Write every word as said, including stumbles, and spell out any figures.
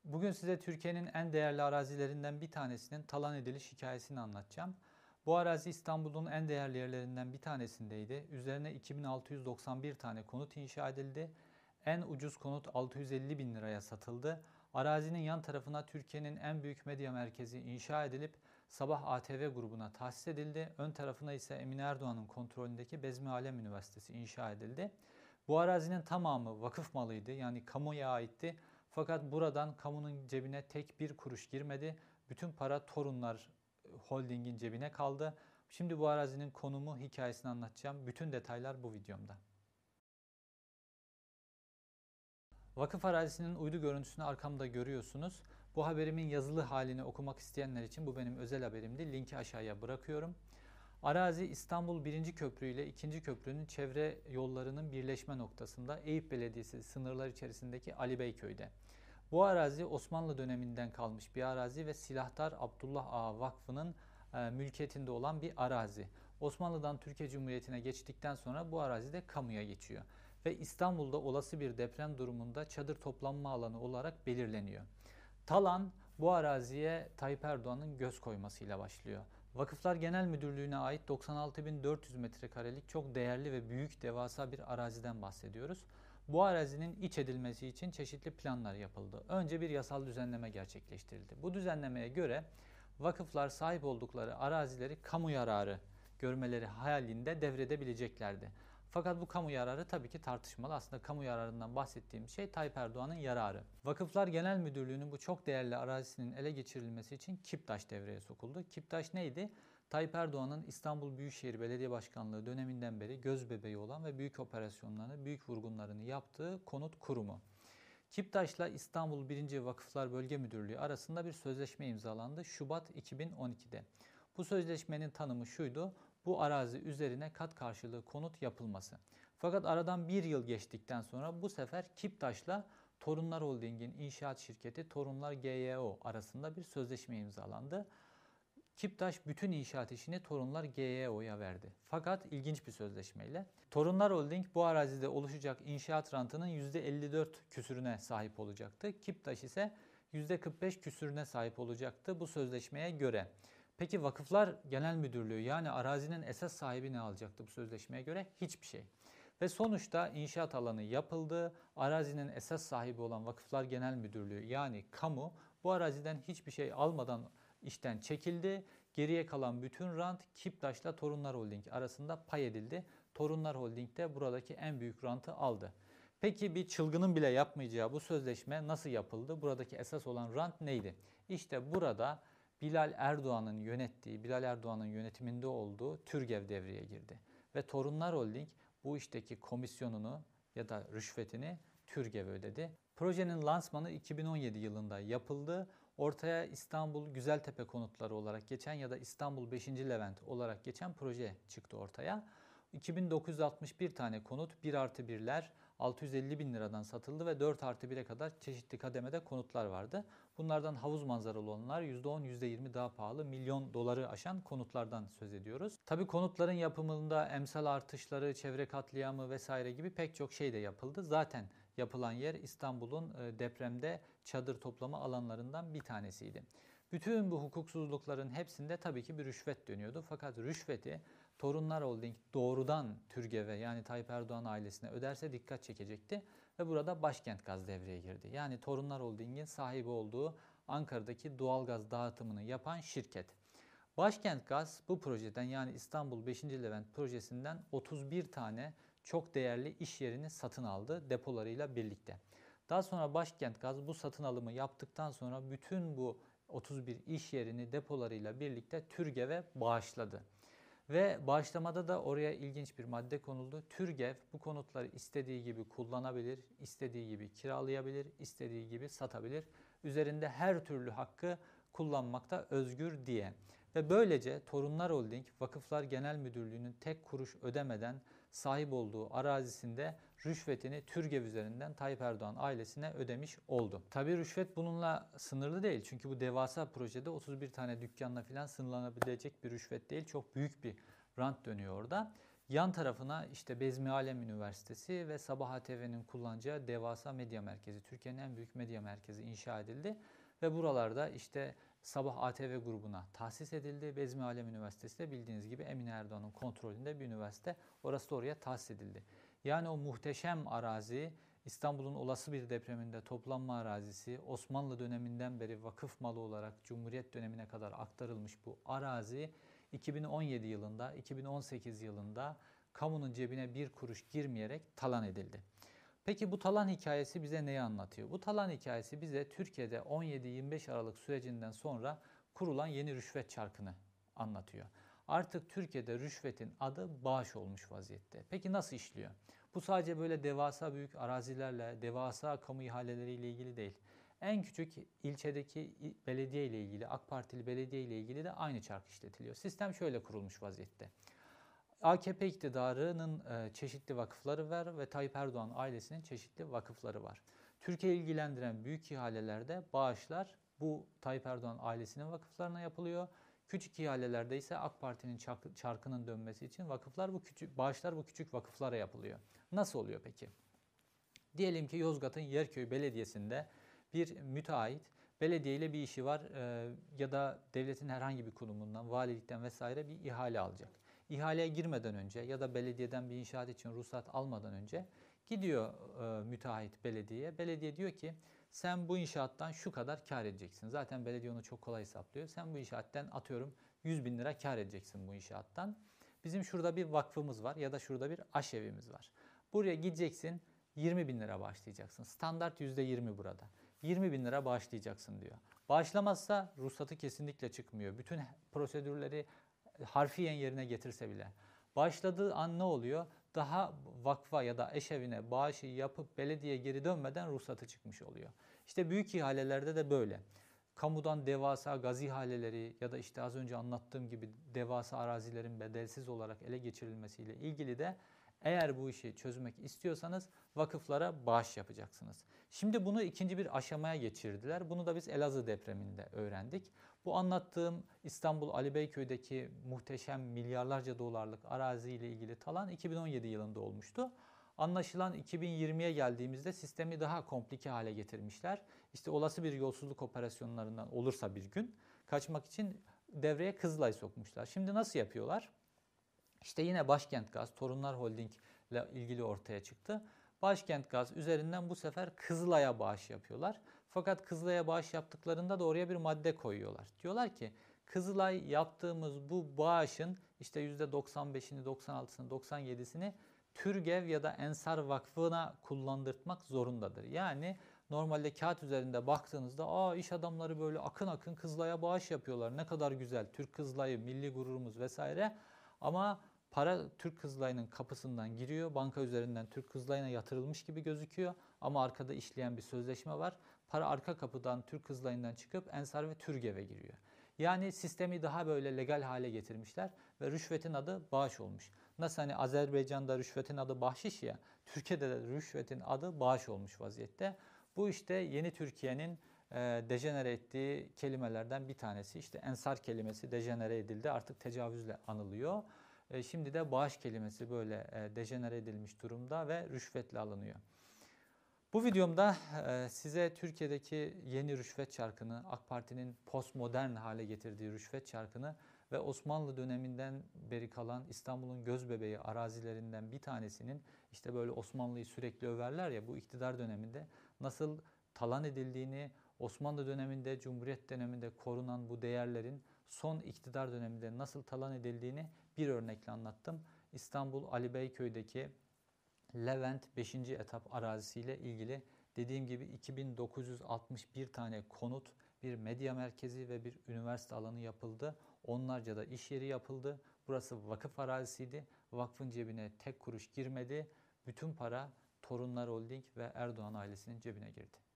Bugün size Türkiye'nin en değerli arazilerinden bir tanesinin talan ediliş hikayesini anlatacağım. Bu arazi İstanbul'un en değerli yerlerinden bir tanesindeydi. Üzerine iki bin altı yüz doksan bir tane konut inşa edildi. En ucuz konut altı yüz elli bin liraya satıldı. Arazinin yan tarafına Türkiye'nin en büyük medya merkezi inşa edilip Sabah A T V grubuna tahsis edildi. Ön tarafına ise Emine Erdoğan'ın kontrolündeki Bezmi Alem Üniversitesi inşa edildi. Bu arazinin tamamı vakıf malıydı, yani kamuya aitti. Fakat buradan kamunun cebine tek bir kuruş girmedi. Bütün para Torunlar Holding'in cebine kaldı. Şimdi bu arazinin konumu, hikayesini anlatacağım. Bütün detaylar bu videomda. Vakıf arazisinin uydu görüntüsünü arkamda görüyorsunuz. Bu haberimin yazılı halini okumak isteyenler için bu benim özel haberimdi. Linki aşağıya bırakıyorum. Arazi İstanbul birinci Köprü ile ikinci Köprünün çevre yollarının birleşme noktasında Eyüp Belediyesi sınırları içerisindeki Ali Beyköy'de. Bu arazi Osmanlı döneminden kalmış bir arazi ve Silahtar Abdullah Ağa Vakfı'nın e, mülkiyetinde olan bir arazi. Osmanlı'dan Türkiye Cumhuriyeti'ne geçtikten sonra bu arazi de kamuya geçiyor. Ve İstanbul'da olası bir deprem durumunda çadır toplanma alanı olarak belirleniyor. Talan bu araziye Tayyip Erdoğan'ın göz koymasıyla başlıyor. Vakıflar Genel Müdürlüğü'ne ait doksan altı bin dört yüz metrekarelik çok değerli ve büyük, devasa bir araziden bahsediyoruz. Bu arazinin iç edilmesi için çeşitli planlar yapıldı. Önce bir yasal düzenleme gerçekleştirildi. Bu düzenlemeye göre vakıflar sahip oldukları arazileri kamu yararı görmeleri hayalinde devredebileceklerdi. Fakat bu kamu yararı tabii ki tartışmalı. Aslında kamu yararından bahsettiğim şey Tayyip Erdoğan'ın yararı. Vakıflar Genel Müdürlüğü'nün bu çok değerli arazisinin ele geçirilmesi için Kiptaş devreye sokuldu. Kiptaş neydi? Tayyip Erdoğan'ın İstanbul Büyükşehir Belediye Başkanlığı döneminden beri göz bebeği olan ve büyük operasyonlarını, büyük vurgunlarını yaptığı konut kurumu. Kiptaş'la İstanbul birinci Vakıflar Bölge Müdürlüğü arasında bir sözleşme imzalandı Şubat iki bin on iki'de. Bu sözleşmenin tanımı şuydu: bu arazi üzerine kat karşılığı konut yapılması. Fakat aradan bir yıl geçtikten sonra bu sefer Kiptaş'la Torunlar Holding'in inşaat şirketi Torunlar G Y O arasında bir sözleşme imzalandı. Kiptaş bütün inşaat işini Torunlar G Y O'ya verdi. Fakat ilginç bir sözleşmeyle Torunlar Holding bu arazide oluşacak inşaat rantının yüzde elli dört küsürüne sahip olacaktı. Kiptaş ise yüzde kırk beş küsürüne sahip olacaktı bu sözleşmeye göre. Peki Vakıflar Genel Müdürlüğü, yani arazinin esas sahibi ne alacaktı bu sözleşmeye göre? Hiçbir şey. Ve sonuçta inşaat alanı yapıldı. Arazinin esas sahibi olan Vakıflar Genel Müdürlüğü, yani kamu, bu araziden hiçbir şey almadan işten çekildi. Geriye kalan bütün rant Kiptaş'la Torunlar Holding arasında pay edildi. Torunlar Holding de buradaki en büyük rantı aldı. Peki bir çılgının bile yapmayacağı bu sözleşme nasıl yapıldı? Buradaki esas olan rant neydi? İşte burada Bilal Erdoğan'ın yönettiği, Bilal Erdoğan'ın yönetiminde olduğu TÜRGEV devreye girdi. Ve Torunlar Holding bu işteki komisyonunu ya da rüşvetini TÜRGEV ödedi. Projenin lansmanı iki bin on yedi yılında yapıldı. Ortaya İstanbul Güzeltepe konutları olarak geçen ya da İstanbul beşinci Levent olarak geçen proje çıktı ortaya. iki bin dokuz yüz altmış bir tane konut, bir artı birler altı yüz elli bin liradan satıldı ve dört artı bire kadar çeşitli kademede konutlar vardı. Bunlardan havuz manzaralı olanlar yüzde on yüzde yirmi daha pahalı, milyon doları aşan konutlardan söz ediyoruz. Tabii konutların yapımında emsal artışları, çevre katliamı vesaire gibi pek çok şey de yapıldı. Zaten yapılan yer İstanbul'un depremde çadır toplama alanlarından bir tanesiydi. Bütün bu hukuksuzlukların hepsinde tabii ki bir rüşvet dönüyordu. Fakat rüşveti Torunlar Holding doğrudan TÜRGEV'e, yani Tayyip Erdoğan ailesine öderse dikkat çekecekti. Ve burada Başkent Gaz devreye girdi. Yani Torunlar Holding'in sahibi olduğu Ankara'daki doğalgaz dağıtımını yapan şirket. Başkent Gaz bu projeden, yani İstanbul beşinci Levent projesinden otuz bir tane çok değerli iş yerini satın aldı depolarıyla birlikte. Daha sonra Başkent Gaz bu satın alımı yaptıktan sonra bütün bu otuz bir iş yerini depolarıyla birlikte TÜRGEV'e bağışladı. Ve bağışlamada da oraya ilginç bir madde konuldu. TÜRGEV bu konutları istediği gibi kullanabilir, istediği gibi kiralayabilir, istediği gibi satabilir. Üzerinde her türlü hakkı kullanmakta özgür diye. Ve böylece Torunlar Holding, Vakıflar Genel Müdürlüğü'nün tek kuruş ödemeden sahip olduğu arazisinde rüşvetini TÜRGEV üzerinden Tayyip Erdoğan ailesine ödemiş oldu. Tabii rüşvet bununla sınırlı değil. Çünkü bu devasa projede otuz bir tane dükkanla falan sınırlanabilecek bir rüşvet değil. Çok büyük bir rant dönüyor orada. Yan tarafına işte Bezmi Alem Üniversitesi ve Sabah A T V'nin kullanacağı devasa medya merkezi, Türkiye'nin en büyük medya merkezi inşa edildi. Ve buralarda işte Sabah A T V grubuna tahsis edildi. Bezmi Alem Üniversitesi de bildiğiniz gibi Emine Erdoğan'ın kontrolünde bir üniversite. Orası da oraya tahsis edildi. Yani o muhteşem arazi, İstanbul'un olası bir depreminde toplanma arazisi, Osmanlı döneminden beri vakıf malı olarak Cumhuriyet dönemine kadar aktarılmış bu arazi iki bin on yedi yılında, iki bin on sekiz yılında kamunun cebine bir kuruş girmeyerek talan edildi. Peki bu talan hikayesi bize neyi anlatıyor? Bu talan hikayesi bize Türkiye'de on yedi yirmi beş Aralık sürecinden sonra kurulan yeni rüşvet çarkını anlatıyor. Artık Türkiye'de rüşvetin adı bağış olmuş vaziyette. Peki nasıl işliyor? Bu sadece böyle devasa büyük arazilerle, devasa kamu ihaleleriyle ilgili değil. En küçük ilçedeki belediye ile ilgili, AK Partili belediye ile ilgili de aynı çark işletiliyor. Sistem şöyle kurulmuş vaziyette. A K P iktidarının çeşitli vakıfları var ve Tayyip Erdoğan ailesinin çeşitli vakıfları var. Türkiye'yi ilgilendiren büyük ihalelerde bağışlar bu Tayyip Erdoğan ailesinin vakıflarına yapılıyor. Küçük ihalelerde ise AK Parti'nin çarkının dönmesi için vakıflar bu küçük bağışlar bu küçük vakıflara yapılıyor. Nasıl oluyor peki? Diyelim ki Yozgat'ın Yerköy Belediyesi'nde bir müteahhit belediye ile bir işi var e, ya da devletin herhangi bir kurumundan, valilikten vesaire bir ihale alacak. İhaleye girmeden önce ya da belediyeden bir inşaat için ruhsat almadan önce gidiyor e, müteahhit belediyeye. Belediye diyor ki sen bu inşaattan şu kadar kar edeceksin. Zaten belediye onu çok kolay hesaplıyor. Sen bu inşaatten atıyorum yüz bin lira kar edeceksin bu inşaattan. Bizim şurada bir vakfımız var ya da şurada bir aşevimiz var. Buraya gideceksin yirmi bin lira bağışlayacaksın. Standart yüzde yirmi burada. yirmi bin lira bağışlayacaksın diyor. Bağışlamazsa ruhsatı kesinlikle çıkmıyor. Bütün prosedürleri harfiyen yerine getirse bile. Bağışladığı an ne oluyor? Daha vakfa ya da eşevine bağışı yapıp belediyeye geri dönmeden ruhsatı çıkmış oluyor. İşte büyük ihalelerde de böyle. Kamudan devasa gaz ihaleleri ya da işte az önce anlattığım gibi devasa arazilerin bedelsiz olarak ele geçirilmesiyle ilgili de eğer bu işi çözmek istiyorsanız vakıflara bağış yapacaksınız. Şimdi bunu ikinci bir aşamaya geçirdiler. Bunu da biz Elazığ depreminde öğrendik. Bu anlattığım İstanbul Ali Beyköy'deki muhteşem milyarlarca dolarlık araziyle ilgili talan iki bin on yedi yılında olmuştu. Anlaşılan iki bin yirmiye geldiğimizde sistemi daha komplike hale getirmişler. İşte olası bir yolsuzluk operasyonlarından olursa bir gün kaçmak için devreye Kızılay sokmuşlar. Şimdi nasıl yapıyorlar? İşte yine Başkent Gaz, Torunlar Holding ile ilgili ortaya çıktı. Başkent Gaz üzerinden bu sefer Kızılay'a bağış yapıyorlar. Fakat Kızılay'a bağış yaptıklarında da oraya bir madde koyuyorlar. Diyorlar ki Kızılay yaptığımız bu bağışın işte yüzde doksan beşini, doksan altısını, doksan yedisini Türgev ya da Ensar Vakfı'na kullandırtmak zorundadır. Yani normalde kağıt üzerinde baktığınızda aa iş adamları böyle akın akın Kızılay'a bağış yapıyorlar. Ne kadar güzel. Türk Kızılay'ı, milli gururumuz vesaire. Ama para Türk Kızılay'ın kapısından giriyor. Banka üzerinden Türk Kızılay'ına yatırılmış gibi gözüküyor. Ama arkada işleyen bir sözleşme var. Para arka kapıdan Türk Kızılay'ından çıkıp Ensar ve Türgev'e giriyor. Yani sistemi daha böyle legal hale getirmişler ve rüşvetin adı bağış olmuş. Nasıl hani Azerbaycan'da rüşvetin adı bahşiş ya, Türkiye'de de rüşvetin adı bağış olmuş vaziyette. Bu işte yeni Türkiye'nin e, dejenere ettiği kelimelerden bir tanesi. İşte ensar kelimesi dejenere edildi, artık tecavüzle anılıyor. E, şimdi de bağış kelimesi böyle e, dejenere edilmiş durumda ve rüşvetle alınıyor. Bu videomda e, size Türkiye'deki yeni rüşvet çarkını, AK Parti'nin postmodern hale getirdiği rüşvet çarkını ve Osmanlı döneminden beri kalan İstanbul'un gözbebeği arazilerinden bir tanesinin işte böyle Osmanlı'yı sürekli överler ya, bu iktidar döneminde nasıl talan edildiğini, Osmanlı döneminde, Cumhuriyet döneminde korunan bu değerlerin son iktidar döneminde nasıl talan edildiğini bir örnekle anlattım. İstanbul Ali Beyköy'deki Levent beşinci etap arazisiyle ilgili dediğim gibi iki bin dokuz yüz altmış bir tane konut, bir medya merkezi ve bir üniversite alanı yapıldı. Onlarca da iş yeri yapıldı. Burası vakıf arazisiydi. Vakfın cebine tek kuruş girmedi. Bütün para Torunlar Holding ve Erdoğan ailesinin cebine girdi.